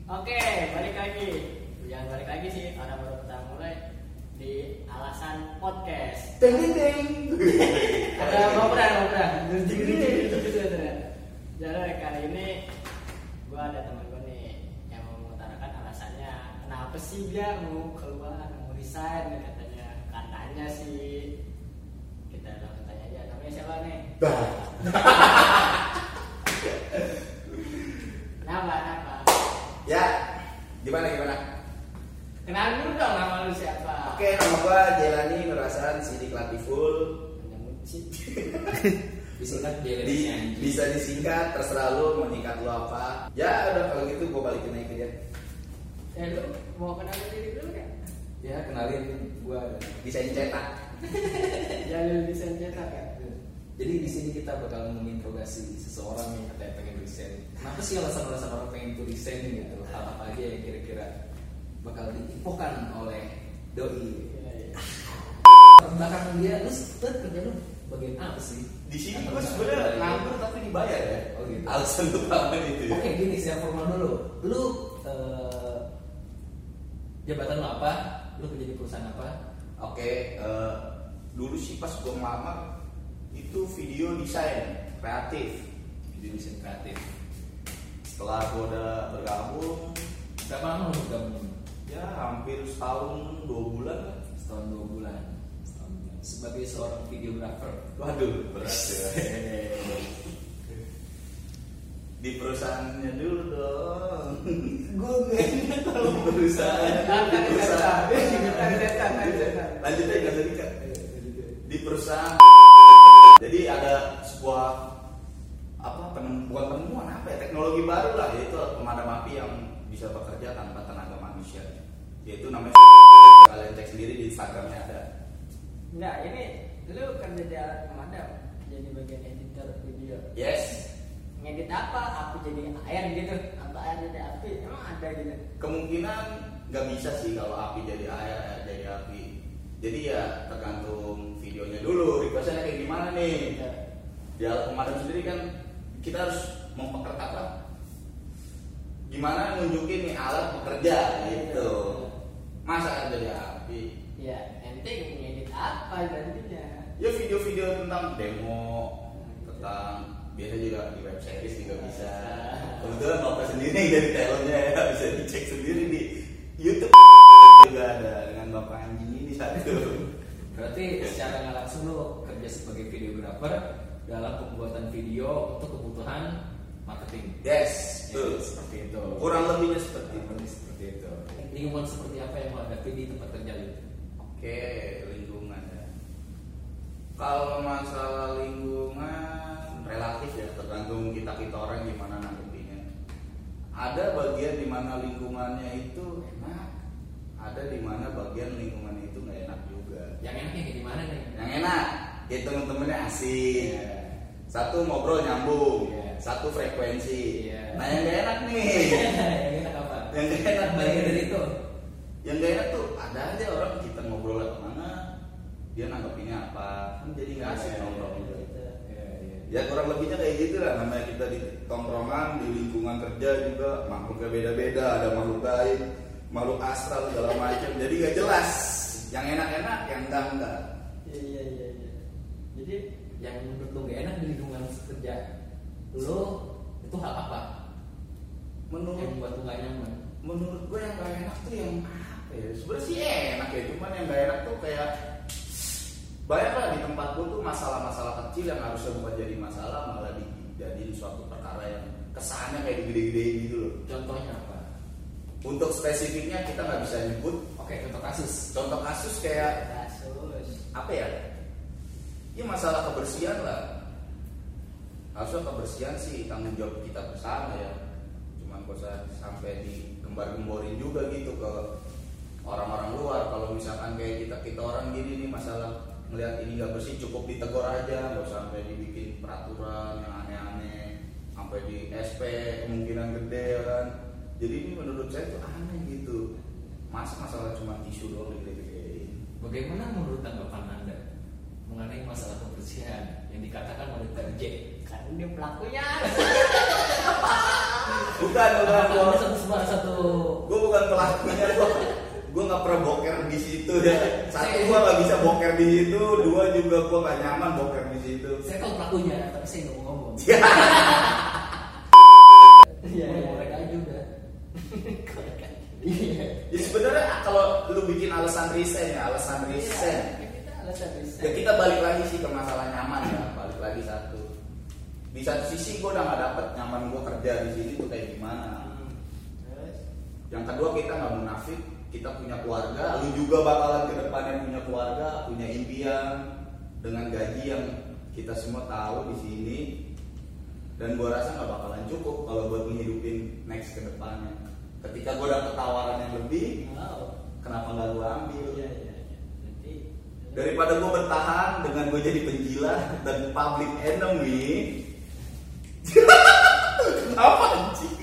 Oke, balik lagi. Jangan balik lagi sih, orang baru pertama mulai di Alasan Podcast. Deng deng deng. Ada ngobrol. Jadi kali ini gue ada teman gue nih yang mau mengutarakan alasannya kenapa sih dia mau keluar, mau resign katanya sih. Kita langsung tanya aja, namanya siapa nih? Kenapa? Ya, gimana? Kenalin dulu dong nama lu siapa? Oke, nama gua Jelani Nur Hasan Sidik Latiful. Disingkat Jelani. Bisa disingkat, terserah lu mau nyingkat lu apa. Ya udah kalau gitu gua balikin aja ke dia. Lu mau kenalin diri dulu kan? Ya kenalin gua desain cetak. Jalil desain cetak kan? Jadi di sini kita bakal menginterogasi seseorang yang katanya pengen resign. Kenapa sih alasan-alasan orang pengen itu resign gitu? Hal apa aja yang kira-kira bakal diinfokan oleh doi? Belakang dia, lu kerja lu bagian apa sih? Di sini gua sebenarnya nganggur tapi dibayar ya. Oh gitu. Alasan utama itu ya. Oke gini, saya formal dulu. Lu jabatan lu apa? Lu kerja di perusahaan apa? Oke, dulu sih pas gua melamar itu video desain kreatif. Video desain kreatif. Setelah gua udah bergabung, Berapa lama lu bergabung? ya hampir setahun 2 bulan lah. Setahun 2 bulan. Sebagai seorang videographer. Waduh, berat ya. Di perusahaannya dulu dong. Gue nggak tahu perusahaan. Lanjut aja nggak jadi kan. Di perusahaan. Jadi ada sebuah bukan penemuan apa ya, teknologi baru lah, yaitu pemadam api yang bisa bekerja tanpa tenaga manusia. Yaitu namanya kalian cek sendiri di Instagramnya ada. Enggak, ini lu kerja di alat pemadam, jadi bagian editor video. Yes. Ngedit apa? Api jadi air gitu, atau air jadi api? Emang ada gitu? Kemungkinan nggak bisa sih kalau api jadi air, air jadi api. Jadi ya tergantung videonya dulu, requestnya kayak gimana nih. Di alat pemadam sendiri kan kita harus mempekerjakan lah. Gimana nunjukin nih alat bekerja gitu. Masa air jadi api? Ya, ente ngedit apa gantinya? Ya video-video tentang demo, tentang biasa juga di web series juga bisa. Kebetulan bapak sendiri dari talentnya ya, bisa dicek sendiri di YouTube juga ada dengan bapak anjing ini satu. Berarti secara nggak langsung lo kerja sebagai videographer dalam pembuatan video untuk kebutuhan marketing. Yes, Ya, betul. seperti itu. Kurang lebihnya seperti itu. Seperti itu. Lingkungan seperti apa yang lo hadapi di tempat kerja lo? Oke, lingkungan ya. Kalau masalah lingkungan relatif ya, tergantung kita orang gimana nanggepinnya. Ada bagian di mana lingkungannya itu enak, ada di mana bagian lingkungannya itu nggak enak juga. Yang enaknya kayak gimana nih? Yang enak, ya temen-temennya asik. Iya. Satu ngobrol nyambung, Iya. satu frekuensi. Iya. Nah yang gak enak nih, Yang enak apa? yang gak enak Bagian dari itu. Yang gak enak tuh ada aja orang kita ngobrol kemana, dia nanggepinnya apa, kan jadi nggak asik nongkrong juga. Iya. Ya kurang lebihnya kayak gitu lah, namanya kita di tongkrongan, di lingkungan kerja juga makhluknya beda-beda, ada makhluk gaib, makhluk astral segala macam, jadi gak jelas. Yang enak-enak, yang enggak. Iya. Jadi Yang menurut lo gak enak di lingkungan kerja lo itu hal apa? Yang buat lo gak nyaman? Menurut gue yang gak enak tuh yang apa ya? Sebenarnya sih enak ya, cuman yang gak enak tuh kayak banyak lah di tempat gue tuh masalah-masalah kecil yang harusnya bukan jadi masalah malah dijadiin suatu perkara yang kesannya kayak digede-gedein gitu loh. Contohnya apa? Untuk spesifiknya kita nggak bisa nyebut. Oke, contoh kasus. Contoh kasus kayak kasus. apa ya? Ya masalah kebersihan lah. Harusnya kebersihan sih tanggung jawab kita bersama ya. Cuman kok sampai digembar-gemborin juga gitu ke orang-orang luar. Kalau misalkan kayak kita orang gini nih masalah ngelihat ini nggak bersih cukup ditegur aja, nggak usah sampai dibikin peraturan yang aneh-aneh, sampai di SP kemungkinan gede ya kan. Jadi ini menurut saya tuh aneh gitu. Masalah cuma tisu doang gede-gedein. Bagaimana menurut tanggapan Anda mengenai masalah kebersihan yang dikatakan oleh TJ? Kan dia pelakunya. Bukan Ada satu gue bukan pelakunya, gue nggak pernah boker di situ ya. Satu, gue nggak bisa boker di situ. Dua, juga gue nggak nyaman boker di situ. saya tahu pelakunya tapi saya nggak mau ngomong. Iya, iya. Korek aja udah. Ya sebenarnya kalau lu bikin alasan resign ya, alasan resign. Kita alasan resign. Ya kita balik lagi sih ke masalah nyaman ya, balik lagi satu. Di satu sisi gue udah nggak dapet nyaman gue kerja di sini tuh kayak gimana. Terus Yang kedua, kita nggak munafik, kita punya keluarga, lu juga bakalan ke depannya punya keluarga, punya impian dengan gaji yang kita semua tahu di sini. Dan gue rasa nggak bakalan cukup kalau buat menghidupin next ke depannya. Ketika gue dapet tawaran yang lebih, wow. kenapa nggak gue ambil? Iya, iya, iya. Nanti Daripada gue bertahan dengan gue jadi penjilat dan public enemy. Apa anjing?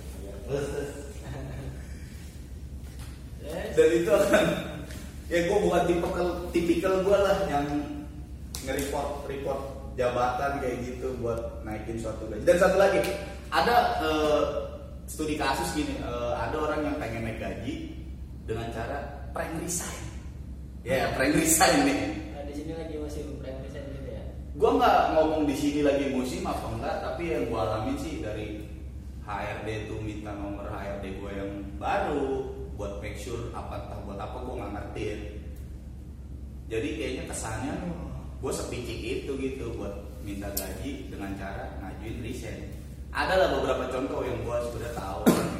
Dan itu akan, ya gue bukan tipikal gue lah yang nge-report jabatan kayak gitu buat naikin suatu gaji. Dan satu lagi, ada studi kasus gini, ada orang yang pengen naik gaji dengan cara prank resign. Ya, prank resign nih. Nah, di sini lagi musim prank resign gitu ya. Gue nggak ngomong di sini lagi musim apa enggak, tapi yang gue alamin sih dari HRD tuh minta nomor HRD gue yang baru buat make sure apa entah buat apa gue nggak ngerti. Jadi kayaknya kesannya gue sepicik itu gitu buat minta gaji dengan cara ngajuin resign. Ada lah beberapa contoh yang gue sudah tahu.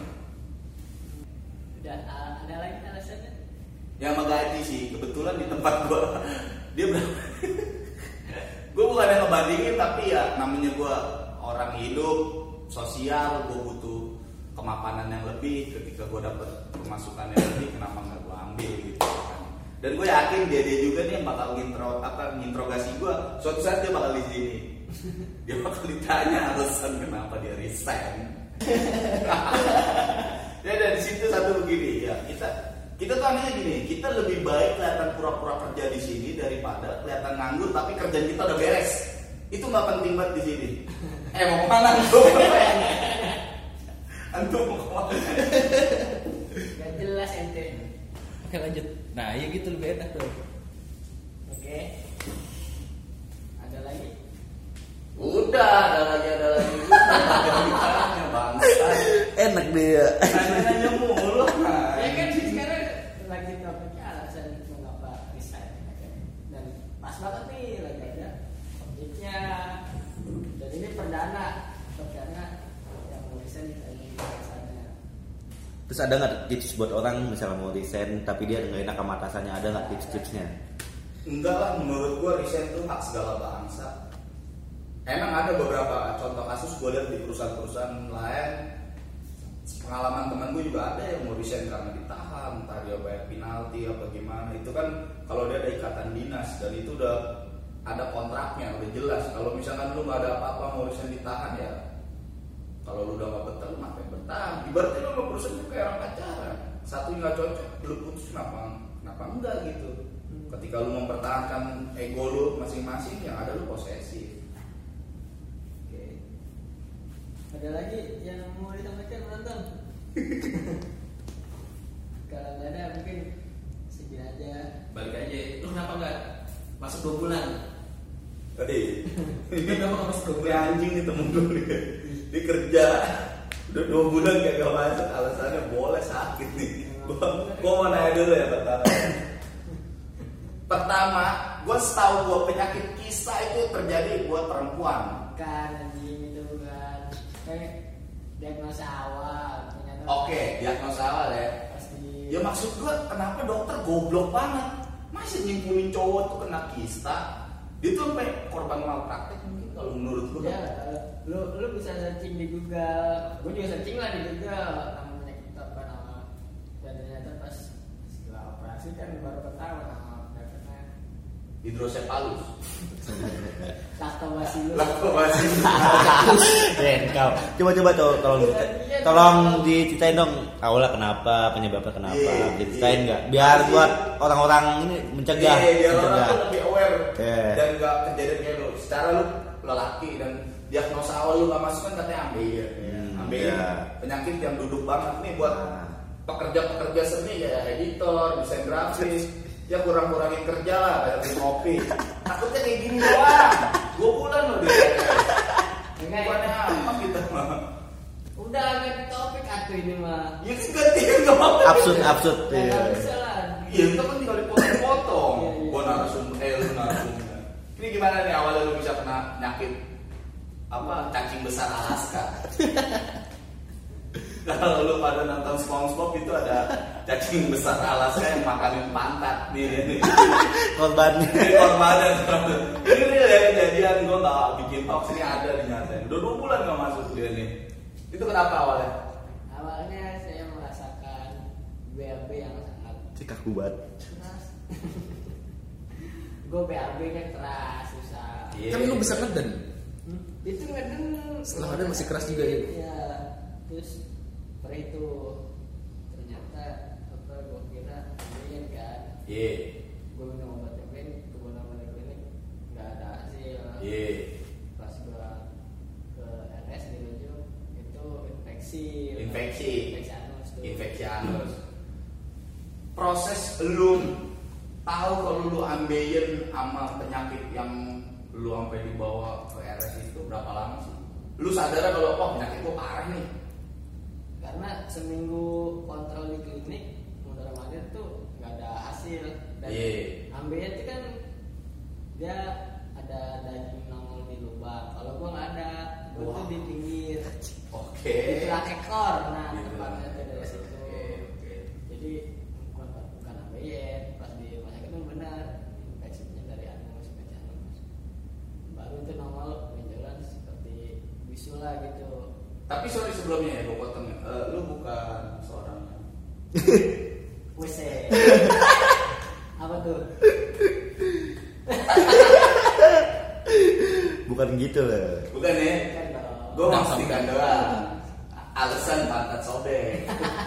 Udah ada lagi alasannya? Yang sama gaji sih, kebetulan di tempat gue dia berapa? Gue bukan yang ngebandingin, tapi ya namanya gue orang hidup sosial, gue butuh kemapanan yang lebih. Ketika gue dapet pemasukan yang lebih, kenapa nggak gue ambil gitu kan? Dan gue yakin dia juga nih yang bakal nginterogasi gue. Suatu saat dia bakal di sini, dia bakal ditanya alasan kenapa dia resign. Ya dari situ satu begini ya, kita tuh anehnya gini, kita lebih baik kelihatan pura-pura kerja di sini daripada kelihatan nganggur tapi kerjaan kita udah beres. Itu nggak penting banget di sini. Mau kemana antum? Antum mau kemana? Gak jelas ente. Oke lanjut. Nah ya gitu lebih enak tuh. Oke. Ada lagi? Udah, ada lagi. Bangsa. Enak dia. Nanya mulu. Ya kan sekarang lagi topiknya alasan mengapa resign ya kan? Dan pas banget nih lagi ada objeknya. Dan ini perdana yang mau resign lagi alasannya. Terus ada nggak tips buat orang misalnya mau resign tapi dia nggak enak sama atasannya, ada nggak tips-tipsnya? Enggak lah, menurut gua resign itu hak segala bangsa. Emang ada beberapa contoh kasus gue lihat di perusahaan-perusahaan lain. Pengalaman teman gue juga ada yang mau resign karena ditahan, entah dia bayar penalti apa gimana. Itu kan kalau dia ada ikatan dinas dan itu udah ada kontraknya, udah jelas. Kalau misalkan lu nggak ada apa-apa mau resign ditahan ya, kalau lu udah nggak betah lu ngapain bertahan? Ibaratnya lu sama perusahaan itu kayak orang pacaran, satu nggak cocok, lu putus kenapa enggak gitu. Ketika lu mempertahankan ego lu masing-masing, yang ada lu posesif. Ada lagi yang mau ditambahkan penonton? Kalau nggak ada mungkin segini aja. Balik aja. Lu kenapa nggak masuk 2 bulan? Tadi Kenapa nggak masuk 2 ini bulan? anjing nih temen gue nih. Dia kerja udah 2 bulan gak masuk, alasannya boleh sakit nih. Gua mau nanya dulu ya pertama, gue setahu gue penyakit kista itu terjadi buat perempuan. Bukan anjing, itu bukan. Kayak diagnosa awal. Ternyata Oke, diagnosa awal ya. pasti. Ya maksud gue, kenapa dokter goblok banget masih nyimpulin cowok tuh kena kista? Dia tuh sampai korban malpraktek mungkin kalau menurut gue. Ya, lu bisa searching di Google. Gue juga searching lah di Google nama penyakit apa nama. Dan ternyata pas setelah operasi kan baru ketahuan nama penyakitnya Hidrosepalus. Lactobacillus. Kau coba tolong diceritain dong awalnya kenapa, penyebabnya kenapa, Iya, diceritain iya. nggak? Biar buat orang-orang ini mencegah. Iya, biar orang tuh lebih aware dan gak kejadian kayak lu. Secara lu lelaki dan diagnosa awal lu gak masuk kan katanya ambil. ambeien. Iya. Penyakit yang duduk banget nih buat pekerja-pekerja seni ya, editor, desain grafis. Ya kurang-kurangin kerja lah, kayak ngopi. Takutnya kayak gini doang. 2 bulan loh dia. Bukannya apa kita mah. Udah ganti topik atuh ini mah. Ya kan gantiin gak apa-apa. Absurd. Ya, Iya. nggak bisa lah. Iya, itu kan tinggal dipotong-potong. Iya, iya. Gua narasumber, lu narasumber. Ini gimana nih awalnya lu bisa kena nyakit apa cacing besar Alaska? Kalau lu pada nonton SpongeBob itu ada cacing besar Alaska yang makanin pantat nih. Korban. Ini korbanan. Ini real ya kejadian, gua nggak bikin hoax, ini ada di nyata. Udah 2 bulan nggak masuk dia nih. Itu kenapa awalnya? Awalnya saya merasakan BAB yang sangat Cekak kubat. keras. Gue BAB-nya keras, susah. Iya. Kan lu bisa ngeden. Itu ngeden. Setelah ngeden masih keras juga ya? Iya. Terus setelah itu ternyata apa gue kira ambeien kan. Iya. Gue minum obat ambeien, gue nambah di klinik nggak ada hasil. Iya. Pas gue ke RS dirujuk itu infeksi. Infeksi. Infeksi anus tuh. Infeksi anus. Proses lu tahu kalau lu ambeien sama penyakit yang lu sampai dibawa ke RS itu berapa lama sih? Lu sadar kalau penyakit gua parah nih. Karena seminggu kontrol di klinik mudah mandir tuh nggak ada hasil. Dan Iya. ambeien itu kan dia ada daging nongol di lubang. Kalau gua nggak ada, gua Wah. tuh di pinggir. Oke. Di tulang ekor. Nah, Di tempatnya tulang tuh dari ekor. situ. Oke. Jadi bukan ambeien. Pas di rumah sakit itu benar infeksinya dari anus, infeksi anus. Baru itu nongol benjolan seperti bisul lah gitu. Tapi sorry sebelumnya ya gua potong. Lu bukan seorang WC. Apa tuh? Bukan gitu loh. bukan ya? Kan dong. Gua memastikan doang. Alasan pantat sobek.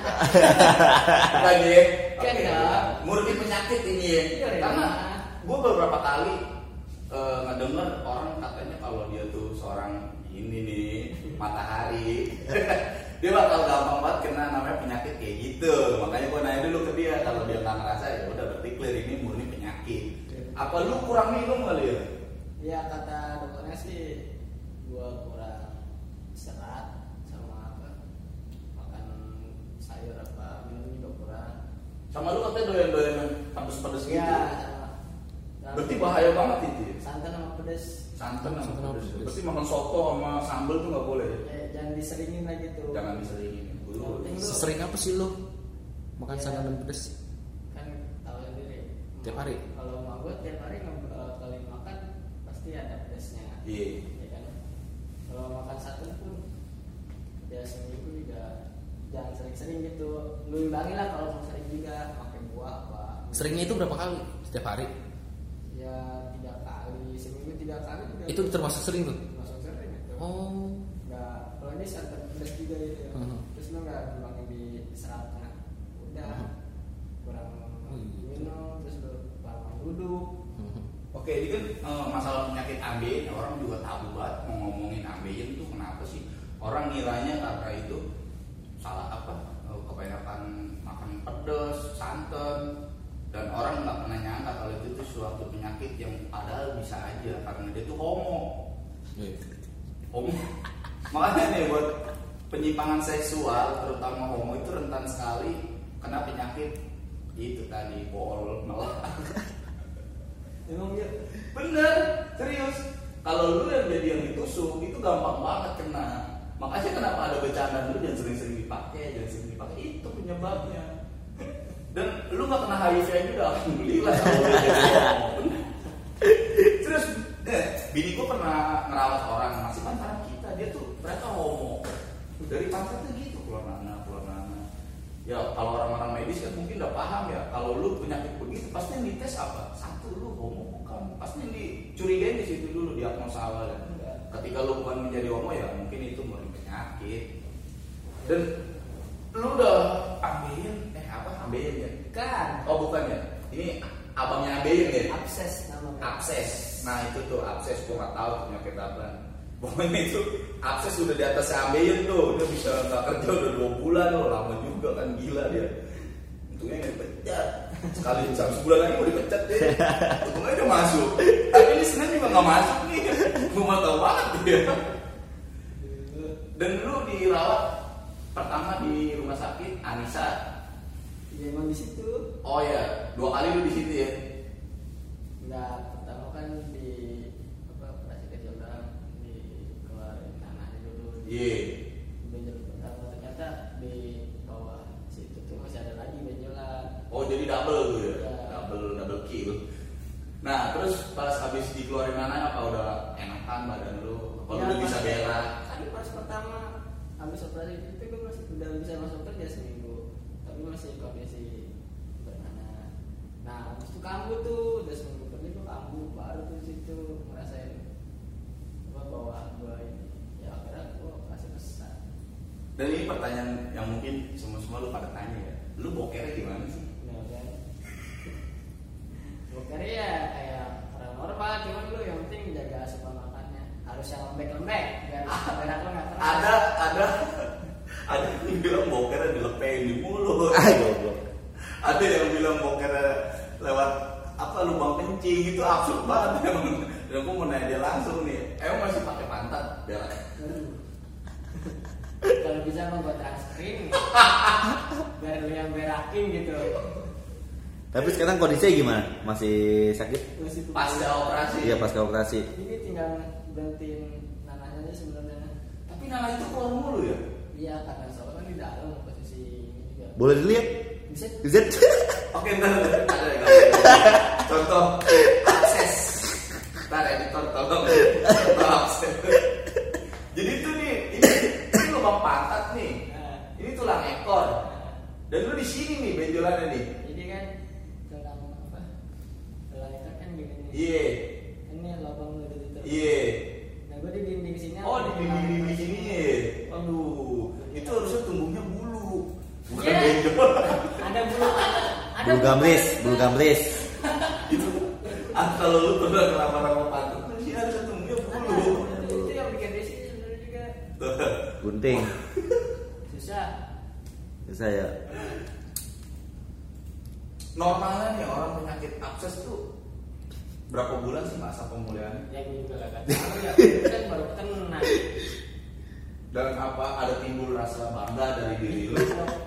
Bukan ya? Kan Oke. ya. Murni penyakit ini ya. Iya, iya. Karena gue beberapa kali ngedenger orang katanya kalau dia tuh seorang ini nih matahari, dia bakal gampang banget kena namanya penyakit kayak gitu. Makanya gue nanya dulu ke dia, kalau dia nggak ngerasa ya udah berarti clear ini murni penyakit. Apa lu kurang minum kali ya? Ya kata dokternya sih gua kurang serat sama apa makan sayur apa minum juga kurang. Sama lu katanya doyan-doyan pedes-pedes gitu. Ya sama. Berarti bahaya banget itu ya? Santan sama pedes. Santan sama Santan sama pedes. pedes. Berarti makan soto sama sambal tuh nggak boleh ya? Jangan diseringin lah gitu. Jangan diseringin. Dulu. Sesering apa sih lu makan Ya. santan dan pedes? Kan tahu sendiri. Tiap hari? Kalau emak gua tiap hari kali makan pasti ada pedesnya. Iya. Ya kan. Kalau makan satu pun ya seminggu juga jangan sering-sering gitu. Lu imbangi lah kalau mau sering juga pakai buah apa. Seringnya itu berapa kali? Setiap hari? Ya 3 kali, seminggu 3 kali juga. Itu termasuk sering tuh? Masuk sering itu. Oh. Nggak, kalau ini santan pedas juga gitu ya. Terus lu nggak ngembangin di seratnya. Udah kurang minum, terus lu lama duduk. Oke, ini kan masalah penyakit ambeien, orang juga tabu banget mau ngomongin ambeien tuh kenapa sih? Orang ngiranya karena itu salah apa? Kebanyakan makan pedas, santan, dan orang nggak pernah nyangka kalau itu tuh suatu penyakit yang padahal bisa aja karena dia tuh homo. Homo. Makanya nih buat penyimpangan seksual terutama homo itu rentan sekali kena penyakit itu tadi bol melah. Emang ya? Bener, serius. Kalau lu yang jadi yang ditusuk itu gampang banget kena. Makanya kenapa ada bercanda lu jangan sering-sering dipakai, jangan sering dipakai itu penyebabnya. Dan lu nggak kena HIV juga, alhamdulillah. Kalau lu jadi homo. Terus, bini gua pernah ngerawat orang masih pacaran kita, dia tuh ternyata homo. Dari pantatnya gitu keluar nana. Ya kalau orang-orang medis kan mungkin udah paham ya. Kalau lu penyakit begitu pasti yang dites apa? Satu lu homo bukan? Pasti yang dicurigain di situ dulu diagnosa awalnya. Ketika lu bukan menjadi homo ya mungkin itu murni penyakit. Dan lu udah ambeien ambeien ya? Kan. Oh bukan ya? Ini abangnya ambeien ya? Abses namanya. Abses. Nah itu tuh abses gua nggak tahu penyakit apa. Pokoknya itu akses udah di atas ambeien tuh, dia bisa nggak kerja udah 2 bulan loh, lama juga kan, gila dia. Untungnya nggak dipecat, sekali sebulan lagi mau dipecat deh. Untungnya udah masuk, tapi ini Senin juga nggak masuk nih, gue mau tahu banget dia. Dan lu dirawat pertama di rumah sakit Anissa. Ya emang di situ. Oh ya, 2 kali lu di situ ya. Enggak, pertama kan di operasi kecil doang, di keluarin tanahnya dulu. Iya. Benjol pertama, ternyata di bawah situ tuh masih ada lagi benjolan. Oh jadi double tuh ya, Ya. double kill. Nah terus pas habis dikeluarin anak apa udah enakan badan lu? Apa Ya, lu bisa bela? Tadi pas pertama habis operasi itu gue masih udah bisa masuk kerja seminggu, tapi masih kondisi bernanah. Nah habis itu kambuh tuh, udah seminggu kerja gue kambuh, baru tuh situ ngerasain bawaan gue ini. Ya akhirnya gue operasi besar. Dan ini pertanyaan yang mungkin semua lu pada tanya ya, lu bokernya gimana sih? Nah kan, boker ya kayak orang normal, cuman lu yang penting jaga asupan makannya. Harus yang lembek-lembek, biar berak lu nggak keras. Ada yang bilang bokernya dilepein di mulut. Goblok. Ada yang bilang bokernya lewat apa lubang kencing, itu absurd banget emang. Dan aku mau nanya dia langsung nih, emang masih pakai pantat berak? Kalau bisa mah gue transferin biar lu yang berakin gitu. Tapi sekarang kondisinya gimana? Masih sakit? Masih Pasca operasi. Iya pasca operasi. ini tinggal berhentiin nanahnya aja sebenarnya. Tapi nanah itu keluar mulu ya? Iya karena soalnya kan di dalam posisi ini juga. Boleh dilihat? Bisa. Bisa. Oke, ntar ada yang contoh akses. Ntar editor tolong contoh akses. Jadi itu nih, ini lubang pantat nih. Nah, Ini tulang ekor. Dan lu di sini nih benjolannya nih. jadi kan dalam apa? Dalam itu kan gini nih. Iya. Ini lubang lu itu. Iya. Nah gue di dinding sini. Oh, di sini ya. Aduh, itu harusnya tumbuhnya bulu. Bukan Iya. benjol. Ada bulu. Ada Bulu gambris. Itu kalau lu pernah kenapa-napa pantat, sih harusnya tumbuhnya bulu. Itu yang bikin di sini sebenarnya juga. Gunting. Susah. Bisa ya. Normalnya nih orang penyakit abses tuh berapa bulan sih masa pemulihan? Ya gue juga gak tahu ya. Itu kan baru kena. Dan apa ada timbul rasa bangga dari diri lu?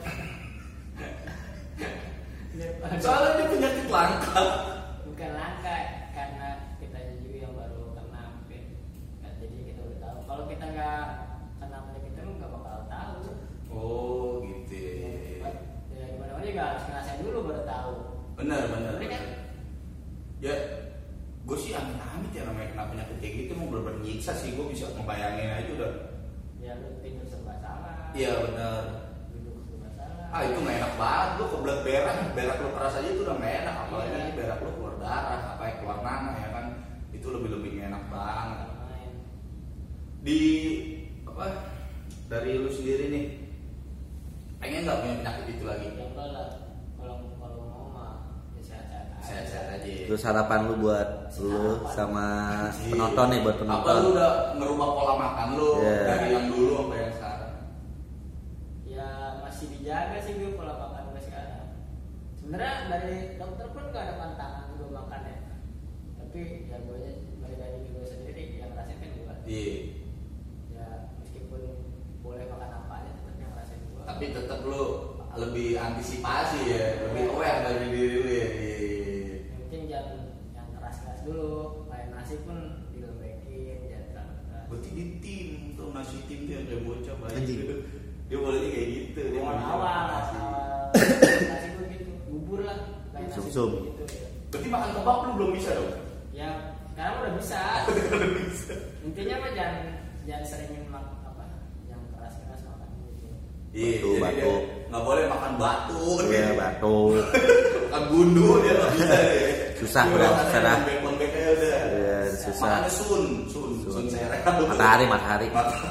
Soalnya dia penyakit langka. Bukan langka karena kita juga yang baru kena mungkin. Nah, jadi kita udah tahu. Kalau kita nggak kena penyakit itu nggak bakal tahu. Oh gitu. Ya gimana juga harus ngerasain dulu baru tahu. Benar. Bener kan? Ya, gue sih amit-amit ya namanya kena penyakit kayak gitu mau bener-bener nyiksa sih, gue bisa ngebayangin aja udah. Ya lu tidur serba salah. Iya benar. Duduk serba salah. Ah itu nggak enak banget, lu kebelet berak lu keras aja itu udah nggak enak, apalagi Iya. nanti berak lu keluar darah, apa ya keluar nanah ya kan, itu lebih nggak enak banget. Main. Di apa dari lu sendiri nih, pengen nggak punya penyakit itu lagi? Ya enggak lah. Kalau mau mah ya sehat-sehat aja. Sehat-sehat aja. Terus harapan lu buat lu sama penonton nih, buat Apa lu penonton. udah ngerubah pola makan lu Iya. dari yang dulu sampai yang sekarang? Ya masih dijaga sih gue pola makan gue sekarang. Sebenarnya dari dokter pun gak ada pantangan gue makan ya. Tapi ya gue aja balik lagi ke gue sendiri yang ngerasain kan gue. Iya. Ya meskipun boleh makan apa aja tetap yang ngerasain gue. Tapi tetap lu lebih antisipasi ya, lebih aware dari diri lu ya. Yang penting jangan yang keras-keras dulu. Kayak nasi pun dilembekin jangan terlalu keras. Berarti di tim tuh nasi tim tuh yang kayak bocah bayi. Anjing. Dia bolehnya kayak gitu. Dia mau Awal nasi. nasi gue gitu bubur lah. Kayak nasi Sum-sum. gitu ya. Berarti makan kebab lu belum bisa dong? Ya sekarang udah bisa. Intinya mah jangan seringin apa yang keras-keras makan gitu. Iya, Batu, jadi dia batu. nggak boleh makan batu. Iya batu. Makan bundu dia nggak bisa deh. Susah, Dia udah, makan susah dah. lembek-lembek aja udah. Iya, susah. Makannya sun sereh. Matahari.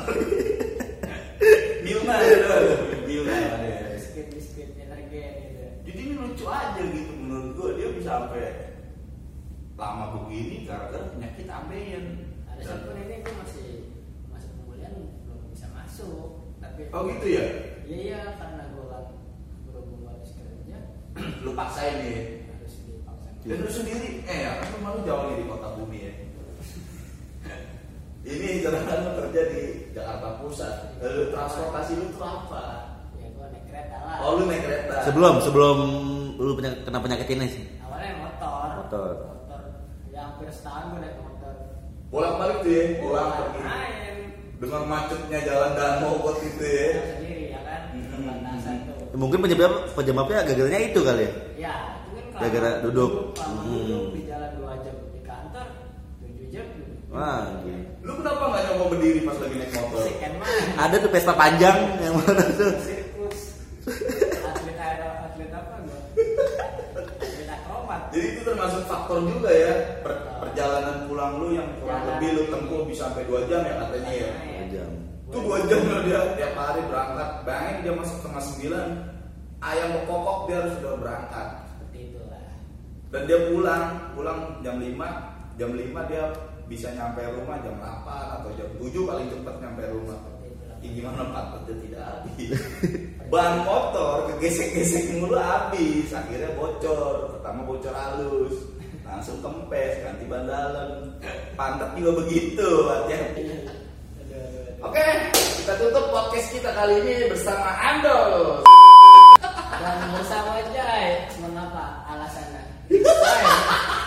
Milna gitu. Milna ada. Biskuit energen gitu. Jadi ini lucu aja gitu menurut gua, dia bisa sampai lama begini gara-gara penyakit ambeien. Ada pun ini gue masih pemulihan ujian belum bisa masuk. Tapi Oh gitu ya? iya karena gue kan berhubung harus kerja Lu paksain nih. harus dipaksa. Dan lu sendiri, ya kan rumah lu jauh nih di kota bumi ya. Ini sedangkan lu kerja di Jakarta Pusat. Lalu transportasi lu tuh apa? Ya gue naik kereta lah. Oh lu naik kereta. Sebelum lu kena penyakit ini sih. Awalnya motor. Motor. Ya hampir setahun gue naik motor. Bolak-balik tuh ya, pulang pergi. Main. Dengan macetnya jalan Danmogot itu ya. Tahu sendiri ya kan. Perbatasan tuh. Mungkin penyebabnya gagalnya itu kali ya. Ya itu kan Gara-gara duduk. Duduk di jalan 2 jam di kantor 7 jam. Wah, gitu. Lu kenapa nggak nyoba berdiri pas lagi naik motor? Musik kan mah. Ada tuh pesta panjang yang mana tuh. Sirkus. Atlet apa gua? Atlet akrobat. Jadi itu termasuk faktor juga ya. Perjalanan pulang lu yang kurang lebih lu tempuh bisa sampai 2 jam ya katanya ya. 2 jam. Itu 2 jam lah dia tiap hari berangkat. Bayangin dia masuk setengah 9, ayam berkokok dia harus sudah berangkat. Seperti itulah. Dan dia pulang jam 5 dia bisa nyampe rumah jam 8 atau jam 7 paling cepat nyampe rumah. Ya gimana patutnya tidak habis. Ban motor kegesek-gesek mulu habis, akhirnya bocor. Pertama bocor halus, langsung kempes, ganti ban dalam. Pantat juga begitu, hati-hati. Oke, kita tutup podcast kita kali ini bersama Andol. Dan bersama Jai, kenapa alasannya?